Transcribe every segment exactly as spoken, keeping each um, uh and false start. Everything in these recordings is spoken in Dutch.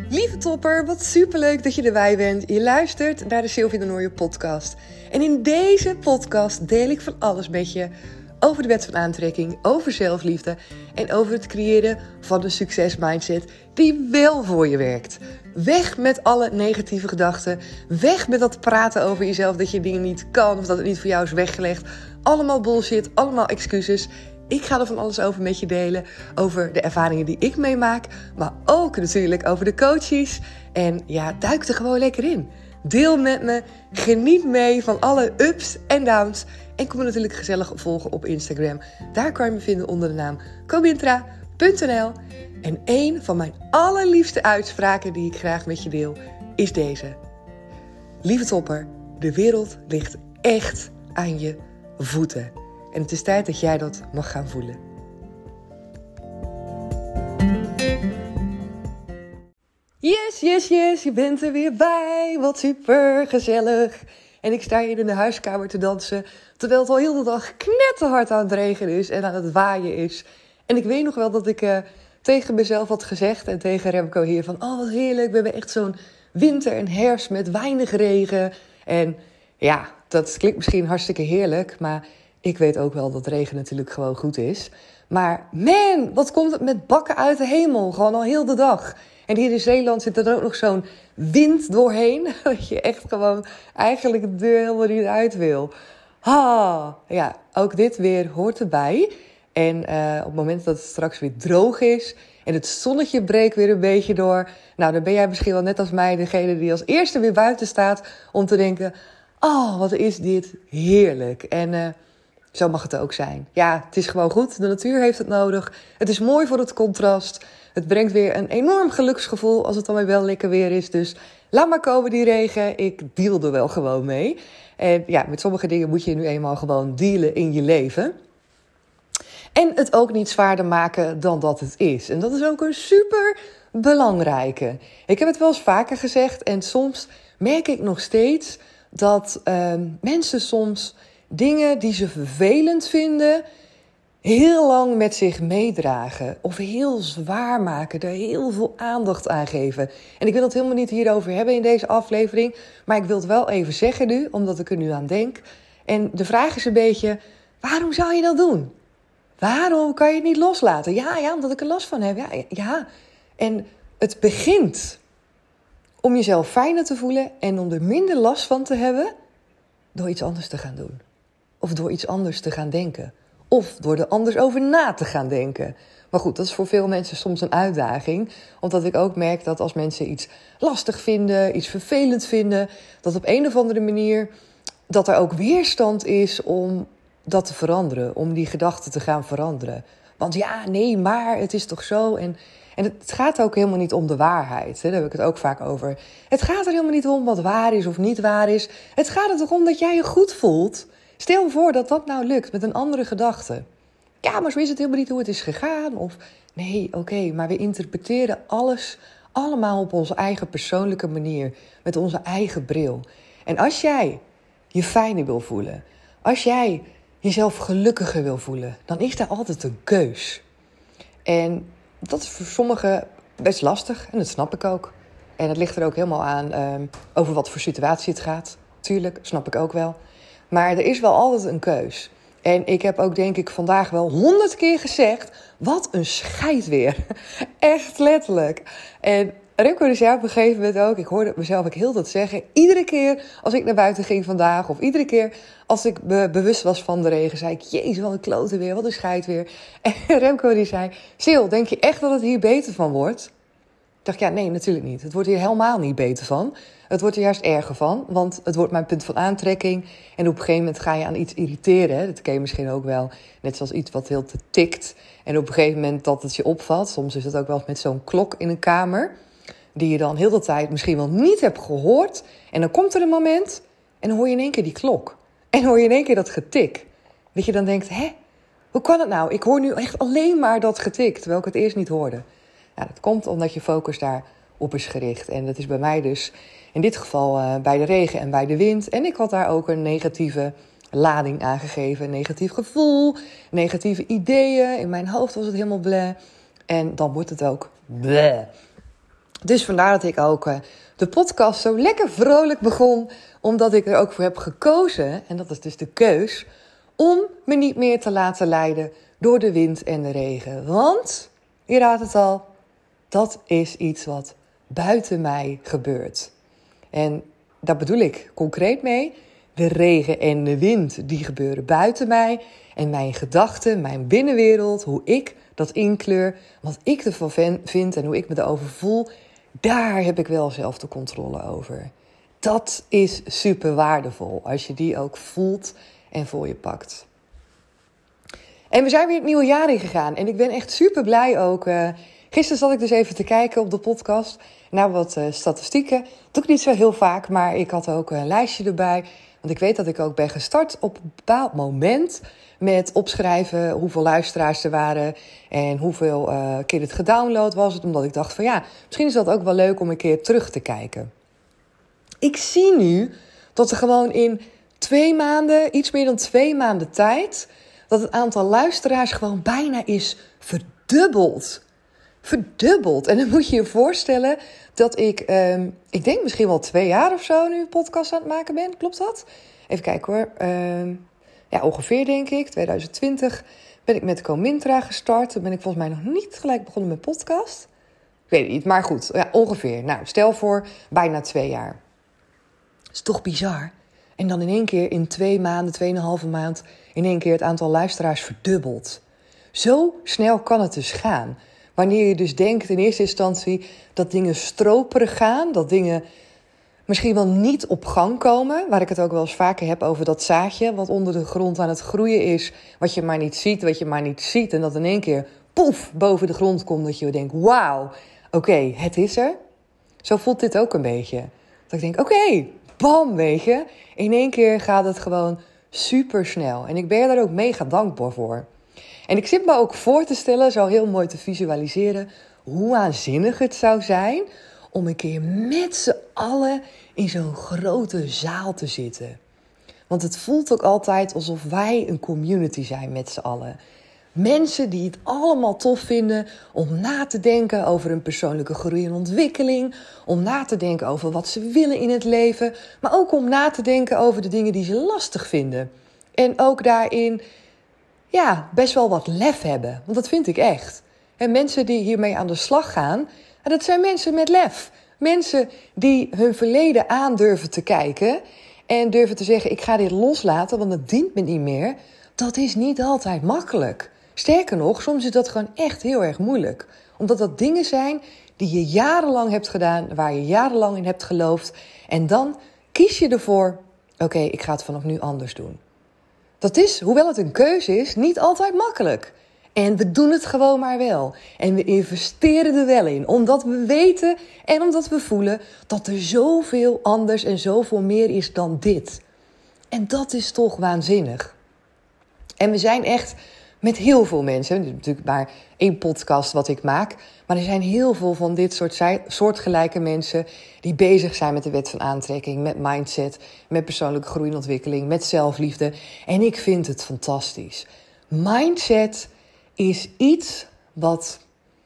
Lieve topper, wat superleuk dat je erbij bent. Je luistert naar de Sylvie de Nooijen podcast. En in deze podcast deel ik van alles met je over de wet van aantrekking, over zelfliefde en over het creëren van een succesmindset die wel voor je werkt. Weg met alle negatieve gedachten. Weg met dat praten over jezelf dat je dingen niet kan of dat het niet voor jou is weggelegd. Allemaal bullshit, allemaal excuses. Ik ga er van alles over met je delen. Over de ervaringen die ik meemaak. Maar ook natuurlijk over de coaches. En ja, duik er gewoon lekker in. Deel met me. Geniet mee van alle ups en downs. En kom me natuurlijk gezellig volgen op Instagram. Daar kan je me vinden onder de naam cobintra punt n l. En een van mijn allerliefste uitspraken die ik graag met je deel is deze. Lieve topper, de wereld ligt echt aan je voeten. En het is tijd dat jij dat mag gaan voelen. Yes, yes, yes, je bent er weer bij. Wat super gezellig. En ik sta hier in de huiskamer te dansen, terwijl het al heel de dag knetterhard aan het regenen is en aan het waaien is. En ik weet nog wel dat ik uh, tegen mezelf had gezegd en tegen Remco hier van, oh wat heerlijk, we hebben echt zo'n winter en herfst met weinig regen. En ja, dat klinkt misschien hartstikke heerlijk, maar ik weet ook wel dat regen natuurlijk gewoon goed is. Maar man, wat komt het met bakken uit de hemel, gewoon al heel de dag. En hier in Zeeland zit er ook nog zo'n wind doorheen, dat je echt gewoon eigenlijk de deur helemaal niet uit wil. Ha, ja, ook dit weer hoort erbij. En uh, op het moment dat het straks weer droog is en het zonnetje breekt weer een beetje door, nou, dan ben jij misschien wel net als mij degene die als eerste weer buiten staat om te denken, oh, wat is dit heerlijk. En uh, zo mag het ook zijn. Ja, het is gewoon goed. De natuur heeft het nodig. Het is mooi voor het contrast. Het brengt weer een enorm geluksgevoel als het dan weer wel lekker weer is. Dus laat maar komen die regen. Ik deal er wel gewoon mee. En ja, met sommige dingen moet je nu eenmaal gewoon dealen in je leven. En het ook niet zwaarder maken dan dat het is. En dat is ook een super belangrijke. Ik heb het wel eens vaker gezegd. En soms merk ik nog steeds dat uh, mensen soms dingen die ze vervelend vinden heel lang met zich meedragen of heel zwaar maken, er heel veel aandacht aan geven. En ik wil het helemaal niet hierover hebben in deze aflevering, maar ik wil het wel even zeggen nu, omdat ik er nu aan denk. En de vraag is een beetje, waarom zou je dat doen? Waarom kan je het niet loslaten? Ja, ja, omdat ik er last van heb. Ja, ja. En het begint om jezelf fijner te voelen en om er minder last van te hebben door iets anders te gaan doen. Of door iets anders te gaan denken. Of door er anders over na te gaan denken. Maar goed, dat is voor veel mensen soms een uitdaging. Omdat ik ook merk dat als mensen iets lastig vinden, iets vervelend vinden, dat op een of andere manier dat er ook weerstand is om dat te veranderen. Om die gedachten te gaan veranderen. Want ja, nee, maar het is toch zo. En, en het gaat ook helemaal niet om de waarheid. Hè? Daar heb ik het ook vaak over. Het gaat er helemaal niet om wat waar is of niet waar is. Het gaat er toch om dat jij je goed voelt. Stel voor dat dat nou lukt met een andere gedachte. Ja, maar zo is het helemaal niet hoe het is gegaan. Of nee, oké, okay, maar we interpreteren alles allemaal op onze eigen persoonlijke manier. Met onze eigen bril. En als jij je fijner wil voelen. Als jij jezelf gelukkiger wil voelen. Dan is daar altijd een keus. En dat is voor sommigen best lastig. En dat snap ik ook. En het ligt er ook helemaal aan um, over wat voor situatie het gaat. Tuurlijk, snap ik ook wel. Maar er is wel altijd een keus. En ik heb ook denk ik vandaag wel honderd keer gezegd, wat een scheid weer. Echt letterlijk. En Remco dus ja, op een gegeven moment ook, ik hoorde het mezelf ook heel dat zeggen. Iedere keer als ik naar buiten ging vandaag, of iedere keer als ik me bewust was van de regen, zei ik, jezus, wat een klote weer, wat een scheid weer. En Remco die zei, Sil, denk je echt dat het hier beter van wordt? Ik dacht, ja, nee, natuurlijk niet. Het wordt hier helemaal niet beter van. Het wordt er juist erger van, want het wordt mijn punt van aantrekking. En op een gegeven moment ga je aan iets irriteren. Hè? Dat ken je misschien ook wel, net zoals iets wat heel te tikt. En op een gegeven moment dat het je opvalt. Soms is het ook wel met zo'n klok in een kamer, die je dan heel de tijd misschien wel niet hebt gehoord. En dan komt er een moment en dan hoor je in één keer die klok. En dan hoor je in één keer dat getik. Dat je dan denkt, hè, hoe kan het nou? Ik hoor nu echt alleen maar dat getik, terwijl ik het eerst niet hoorde. Nou, dat komt omdat je focus daarop is gericht. En dat is bij mij dus in dit geval uh, bij de regen en bij de wind. En ik had daar ook een negatieve lading aangegeven. Een negatief gevoel, negatieve ideeën. In mijn hoofd was het helemaal bleh. En dan wordt het ook bleh. Dus vandaar dat ik ook uh, de podcast zo lekker vrolijk begon. Omdat ik er ook voor heb gekozen, en dat is dus de keus, om me niet meer te laten leiden door de wind en de regen. Want, je raadt het al, dat is iets wat buiten mij gebeurt. En daar bedoel ik concreet mee. De regen en de wind, die gebeuren buiten mij. En mijn gedachten, mijn binnenwereld, hoe ik dat inkleur, wat ik ervan vind en hoe ik me erover voel, daar heb ik wel zelf de controle over. Dat is super waardevol als je die ook voelt en voor je pakt. En we zijn weer het nieuwe jaar ingegaan en ik ben echt super blij ook. Uh, gisteren zat ik dus even te kijken op de podcast naar wat uh, statistieken. Dat doe ik niet zo heel vaak, maar ik had ook een lijstje erbij. Want ik weet dat ik ook ben gestart op een bepaald moment met opschrijven hoeveel luisteraars er waren en hoeveel uh, keer het gedownload was. Omdat ik dacht van ja, misschien is dat ook wel leuk om een keer terug te kijken. Ik zie nu dat er gewoon in twee maanden, iets meer dan twee maanden tijd, dat het aantal luisteraars gewoon bijna is verdubbeld. Verdubbeld. En dan moet je je voorstellen dat ik, eh, ik denk misschien wel twee jaar of zo nu een podcast aan het maken ben. Klopt dat? Even kijken hoor. Uh, ja, ongeveer denk ik. twintig twintig ben ik met Comintra gestart. Dan ben ik volgens mij nog niet gelijk begonnen met podcast. Ik weet het niet, maar goed. Ja, ongeveer. Nou, stel voor bijna twee jaar. Dat is toch bizar. En dan in één keer in twee maanden, tweeënhalve maand, in één keer het aantal luisteraars verdubbelt. Zo snel kan het dus gaan. Wanneer je dus denkt in eerste instantie dat dingen stroperig gaan, dat dingen misschien wel niet op gang komen, waar ik het ook wel eens vaker heb over dat zaadje wat onder de grond aan het groeien is, wat je maar niet ziet, wat je maar niet ziet, en dat in één keer poef boven de grond komt, dat je denkt, wauw, oké, okay, het is er. Zo voelt dit ook een beetje. Dat ik denk, oké, okay, bam, weet je, in één keer gaat het gewoon super snel. En ik ben er daar ook mega dankbaar voor. En ik zit me ook voor te stellen, zo heel mooi te visualiseren, hoe waanzinnig het zou zijn om een keer met z'n allen in zo'n grote zaal te zitten. Want het voelt ook altijd alsof wij een community zijn met z'n allen. Mensen die het allemaal tof vinden om na te denken over hun persoonlijke groei en ontwikkeling. Om na te denken over wat ze willen in het leven. Maar ook om na te denken over de dingen die ze lastig vinden. En ook daarin ja, best wel wat lef hebben. Want dat vind ik echt. En mensen die hiermee aan de slag gaan, dat zijn mensen met lef. Mensen die hun verleden aan durven te kijken en durven te zeggen, ik ga dit loslaten, want het dient me niet meer. Dat is niet altijd makkelijk. Sterker nog, soms is dat gewoon echt heel erg moeilijk. Omdat dat dingen zijn die je jarenlang hebt gedaan, waar je jarenlang in hebt geloofd. En dan kies je ervoor, oké, okay, ik ga het vanaf nu anders doen. Dat is, hoewel het een keuze is, niet altijd makkelijk. En we doen het gewoon maar wel. En we investeren er wel in. Omdat we weten en omdat we voelen dat er zoveel anders en zoveel meer is dan dit. En dat is toch waanzinnig. En we zijn echt met heel veel mensen. Het is natuurlijk maar één podcast wat ik maak. Maar er zijn heel veel van dit soort soortgelijke mensen die bezig zijn met de wet van aantrekking, met mindset, met persoonlijke groei en ontwikkeling, met zelfliefde. En ik vind het fantastisch. Mindset is iets wat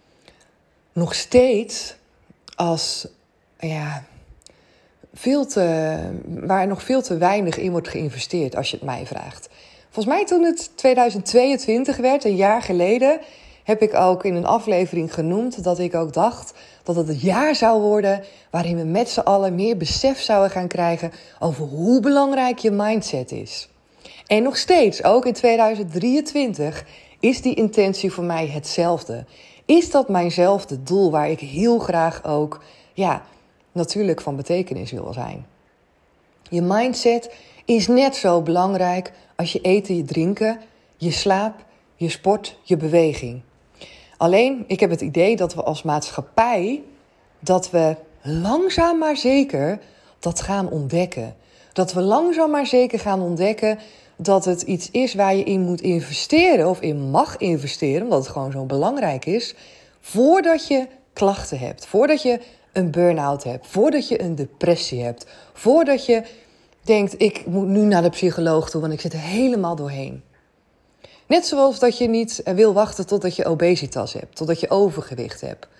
nog steeds als ja, veel te, waar nog veel te weinig in wordt geïnvesteerd, als je het mij vraagt. Volgens mij toen het tweeduizend tweeëntwintig werd, een jaar geleden, heb ik ook in een aflevering genoemd dat ik ook dacht dat het het jaar zou worden waarin we met z'n allen meer besef zouden gaan krijgen over hoe belangrijk je mindset is. En nog steeds, ook in tweeduizend drieëntwintig, is die intentie voor mij hetzelfde. Is dat mijnzelfde doel waar ik heel graag ook, ja, natuurlijk van betekenis wil zijn. Je mindset is net zo belangrijk als je eten, je drinken, je slaap, je sport, je beweging. Alleen, ik heb het idee dat we als maatschappij, dat we langzaam maar zeker dat gaan ontdekken. Dat we langzaam maar zeker gaan ontdekken dat het iets is waar je in moet investeren of in mag investeren, omdat het gewoon zo belangrijk is, voordat je klachten hebt, voordat je een burn-out hebt, voordat je een depressie hebt, voordat je denkt, ik moet nu naar de psycholoog toe, want ik zit er helemaal doorheen. Net zoals dat je niet wil wachten totdat je obesitas hebt, totdat je overgewicht hebt.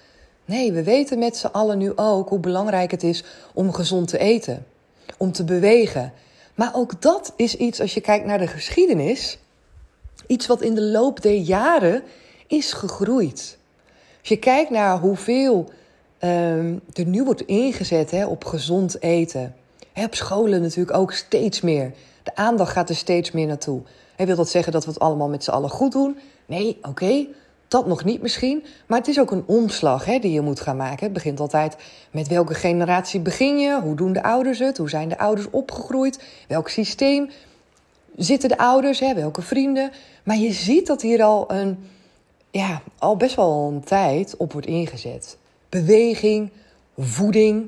Nee, we weten met z'n allen nu ook hoe belangrijk het is om gezond te eten. Om te bewegen. Maar ook dat is iets, als je kijkt naar de geschiedenis, iets wat in de loop der jaren is gegroeid. Als je kijkt naar hoeveel um, er nu wordt ingezet hè, op gezond eten. Hè, op scholen natuurlijk ook steeds meer. De aandacht gaat er steeds meer naartoe. Hè, wil dat zeggen dat we het allemaal met z'n allen goed doen? Nee, oké. Okay. Dat nog niet misschien, maar het is ook een omslag hè, die je moet gaan maken. Het begint altijd met welke generatie begin je? Hoe doen de ouders het? Hoe zijn de ouders opgegroeid? Welk systeem zitten de ouders? Hè? Welke vrienden? Maar je ziet dat hier al, een, ja, al best wel een tijd op wordt ingezet. Beweging, voeding,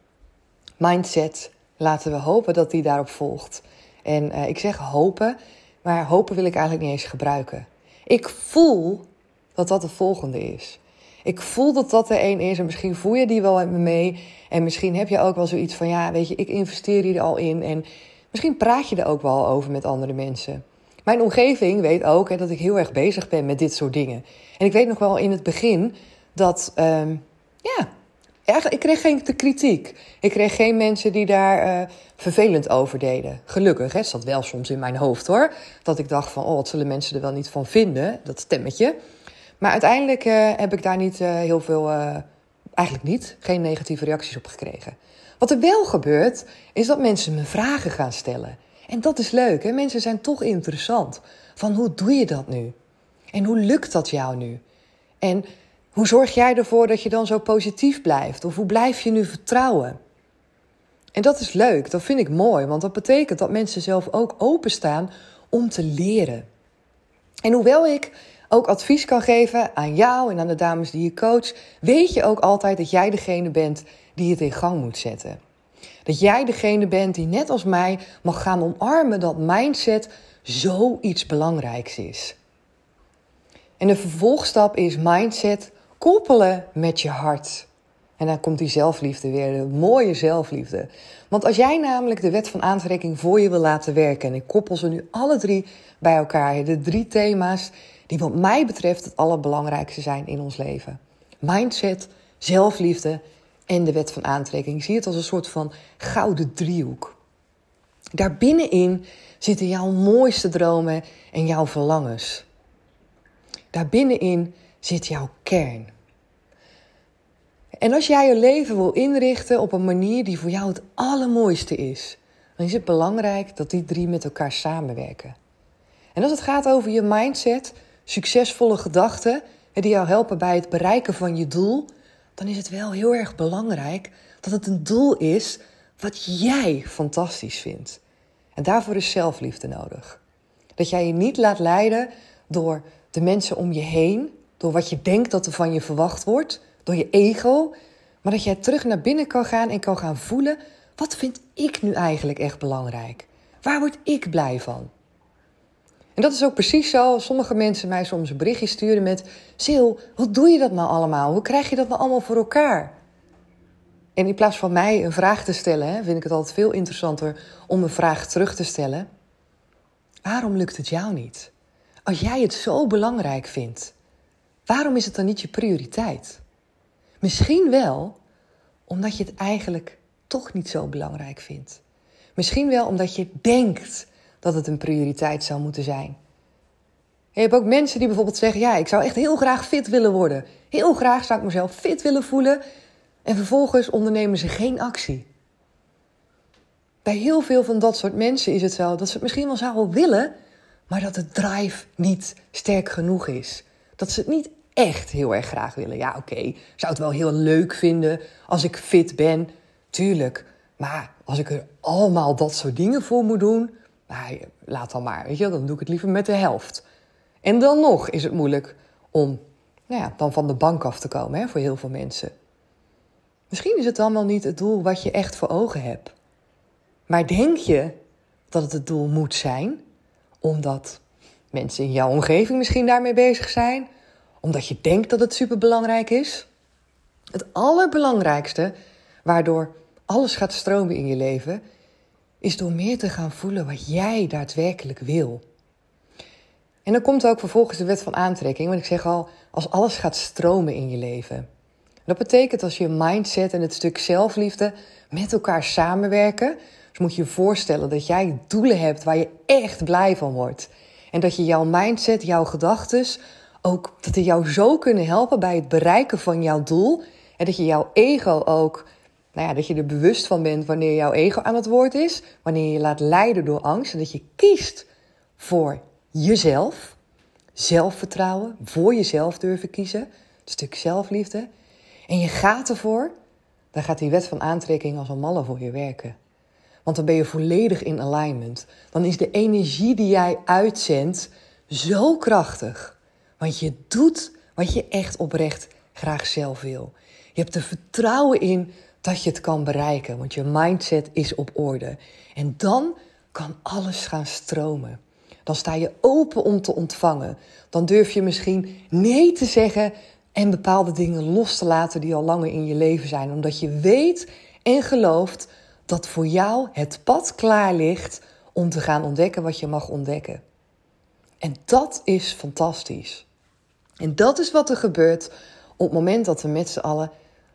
mindset. Laten we hopen dat die daarop volgt. En uh, ik zeg hopen, maar hopen wil ik eigenlijk niet eens gebruiken. Ik voel dat dat de volgende is. Ik voel dat dat er één is en misschien voel je die wel met me mee. En misschien heb je ook wel zoiets van, ja, weet je, ik investeer hier al in. En misschien praat je er ook wel over met andere mensen. Mijn omgeving weet ook hè, dat ik heel erg bezig ben met dit soort dingen. En ik weet nog wel in het begin dat, um, ja, eigenlijk, ik kreeg geen kritiek. Ik kreeg geen mensen die daar uh, vervelend over deden. Gelukkig, hè, het zat wel soms in mijn hoofd hoor. Dat ik dacht van, oh, wat zullen mensen er wel niet van vinden, dat stemmetje. Maar uiteindelijk uh, heb ik daar niet uh, heel veel, uh, eigenlijk niet, geen negatieve reacties op gekregen. Wat er wel gebeurt, is dat mensen me vragen gaan stellen. En dat is leuk, hè? Mensen zijn toch interessant. Van hoe doe je dat nu? En hoe lukt dat jou nu? En hoe zorg jij ervoor dat je dan zo positief blijft? Of hoe blijf je nu vertrouwen? En dat is leuk, dat vind ik mooi, want dat betekent dat mensen zelf ook openstaan om te leren. En hoewel ik ook advies kan geven aan jou en aan de dames die je coach, weet je ook altijd dat jij degene bent die het in gang moet zetten. Dat jij degene bent die net als mij mag gaan omarmen dat mindset zoiets belangrijks is. En de vervolgstap is mindset koppelen met je hart. En dan komt die zelfliefde weer, de mooie zelfliefde. Want als jij namelijk de wet van aantrekking voor je wil laten werken, en ik koppel ze nu alle drie bij elkaar, de drie thema's die wat mij betreft het allerbelangrijkste zijn in ons leven. Mindset, zelfliefde en de wet van aantrekking. Ik zie het als een soort van gouden driehoek. Daarbinnenin zitten jouw mooiste dromen en jouw verlangens. Daarbinnenin zit jouw kern. En als jij je leven wil inrichten op een manier die voor jou het allermooiste is, dan is het belangrijk dat die drie met elkaar samenwerken. En als het gaat over je mindset, succesvolle gedachten die jou helpen bij het bereiken van je doel, dan is het wel heel erg belangrijk dat het een doel is wat jij fantastisch vindt. En daarvoor is zelfliefde nodig. Dat jij je niet laat leiden door de mensen om je heen, door wat je denkt dat er van je verwacht wordt, door je ego, maar dat jij terug naar binnen kan gaan en kan gaan voelen, wat vind ik nu eigenlijk echt belangrijk? Waar word ik blij van? En dat is ook precies zo. Sommige mensen mij soms een berichtje sturen met, Sil, hoe doe je dat nou allemaal? Hoe krijg je dat nou allemaal voor elkaar? En in plaats van mij een vraag te stellen, hè, vind ik het altijd veel interessanter om een vraag terug te stellen. Waarom lukt het jou niet? Als jij het zo belangrijk vindt, waarom is het dan niet je prioriteit? Misschien wel omdat je het eigenlijk toch niet zo belangrijk vindt. Misschien wel omdat je denkt dat het een prioriteit zou moeten zijn. Je hebt ook mensen die bijvoorbeeld zeggen, ja, ik zou echt heel graag fit willen worden. Heel graag zou ik mezelf fit willen voelen. En vervolgens ondernemen ze geen actie. Bij heel veel van dat soort mensen is het zo dat ze het misschien wel zouden willen, maar dat de drive niet sterk genoeg is. Dat ze het niet echt heel erg graag willen. Ja, oké, okay, zou het wel heel leuk vinden als ik fit ben. Tuurlijk, maar als ik er allemaal dat soort dingen voor moet doen, nou, laat dan maar, weet je, dan doe ik het liever met de helft. En dan nog is het moeilijk om nou ja, dan van de bank af te komen hè, voor heel veel mensen. Misschien is het dan wel niet het doel wat je echt voor ogen hebt. Maar denk je dat het het doel moet zijn, omdat mensen in jouw omgeving misschien daarmee bezig zijn, omdat je denkt dat het superbelangrijk is? Het allerbelangrijkste, waardoor alles gaat stromen in je leven, is door meer te gaan voelen wat jij daadwerkelijk wil. En dan komt ook vervolgens de wet van aantrekking, want ik zeg al, als alles gaat stromen in je leven, Dat betekent als je mindset en het stuk zelfliefde met elkaar samenwerken. Dus moet je je voorstellen dat jij doelen hebt waar je echt blij van wordt. En dat je jouw mindset, jouw gedachtes, ook dat die jou zo kunnen helpen bij het bereiken van jouw doel. En dat je jouw ego ook, nou ja, dat je er bewust van bent wanneer jouw ego aan het woord is. Wanneer je je laat leiden door angst. En dat je kiest voor jezelf. Zelfvertrouwen, voor jezelf durven kiezen. Een stuk zelfliefde. En je gaat ervoor, dan gaat die wet van aantrekking als een malle voor je werken. Want dan ben je volledig in alignment. Dan is de energie die jij uitzendt zo krachtig. Want je doet wat je echt oprecht graag zelf wil. Je hebt er vertrouwen in dat je het kan bereiken. Want je mindset is op orde. En dan kan alles gaan stromen. Dan sta je open om te ontvangen. Dan durf je misschien nee te zeggen en bepaalde dingen los te laten die al langer in je leven zijn. Omdat je weet en gelooft dat voor jou het pad klaar ligt om te gaan ontdekken wat je mag ontdekken. En dat is fantastisch. En dat is wat er gebeurt op het moment dat we met z'n allen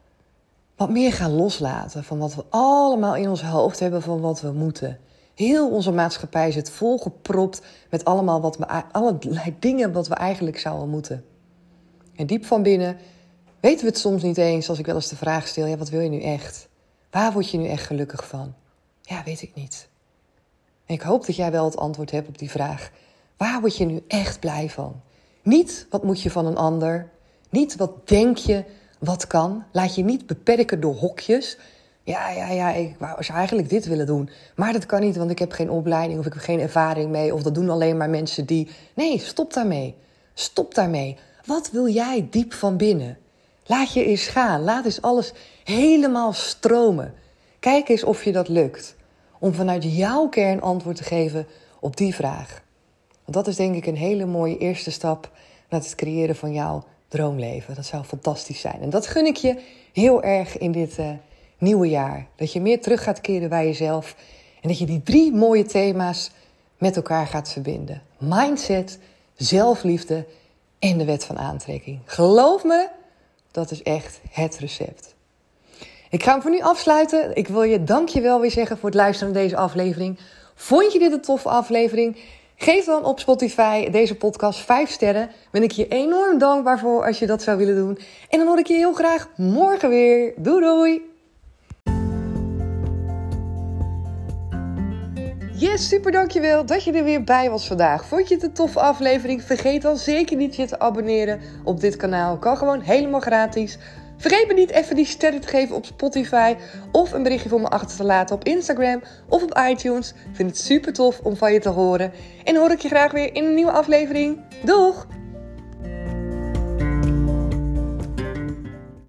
wat meer gaan loslaten van wat we allemaal in ons hoofd hebben van wat we moeten. Heel onze maatschappij zit volgepropt met allemaal wat we, allerlei dingen wat we eigenlijk zouden moeten. En diep van binnen weten we het soms niet eens als ik wel eens de vraag stel, ja, wat wil je nu echt? Waar word je nu echt gelukkig van? Ja, weet ik niet. En ik hoop dat jij wel het antwoord hebt op die vraag. Waar word je nu echt blij van? Niet wat moet je van een ander. Niet wat denk je wat kan. Laat je niet beperken door hokjes. Ja, ja, ja, ik zou eigenlijk dit willen doen. Maar dat kan niet, want ik heb geen opleiding of ik heb geen ervaring mee. Of dat doen alleen maar mensen die... Nee, stop daarmee. Stop daarmee. Wat wil jij diep van binnen? Laat je eens gaan. Laat eens alles helemaal stromen. Kijk eens of je dat lukt. Om vanuit jouw kern antwoord te geven op die vraag. Want dat is denk ik een hele mooie eerste stap naar het creëren van jouw droomleven. Dat zou fantastisch zijn. En dat gun ik je heel erg in dit uh, nieuwe jaar. Dat je meer terug gaat keren bij jezelf. En dat je die drie mooie thema's met elkaar gaat verbinden. Mindset, zelfliefde en de wet van aantrekking. Geloof me, dat is echt het recept. Ik ga hem voor nu afsluiten. Ik wil je dankjewel weer zeggen voor het luisteren naar deze aflevering. Vond je dit een toffe aflevering? Geef dan op Spotify deze podcast vijf sterren. Ben ik je enorm dankbaar voor als je dat zou willen doen. En dan hoor ik je heel graag morgen weer. Doei doei! Yes, super dankjewel dat je er weer bij was vandaag. Vond je het een toffe aflevering? Vergeet dan zeker niet je te abonneren op dit kanaal. Kan gewoon helemaal gratis. Vergeet me niet even die sterren te geven op Spotify of een berichtje voor me achter te laten op Instagram of op iTunes. Ik vind het super tof om van je te horen. En dan hoor ik je graag weer in een nieuwe aflevering. Doei!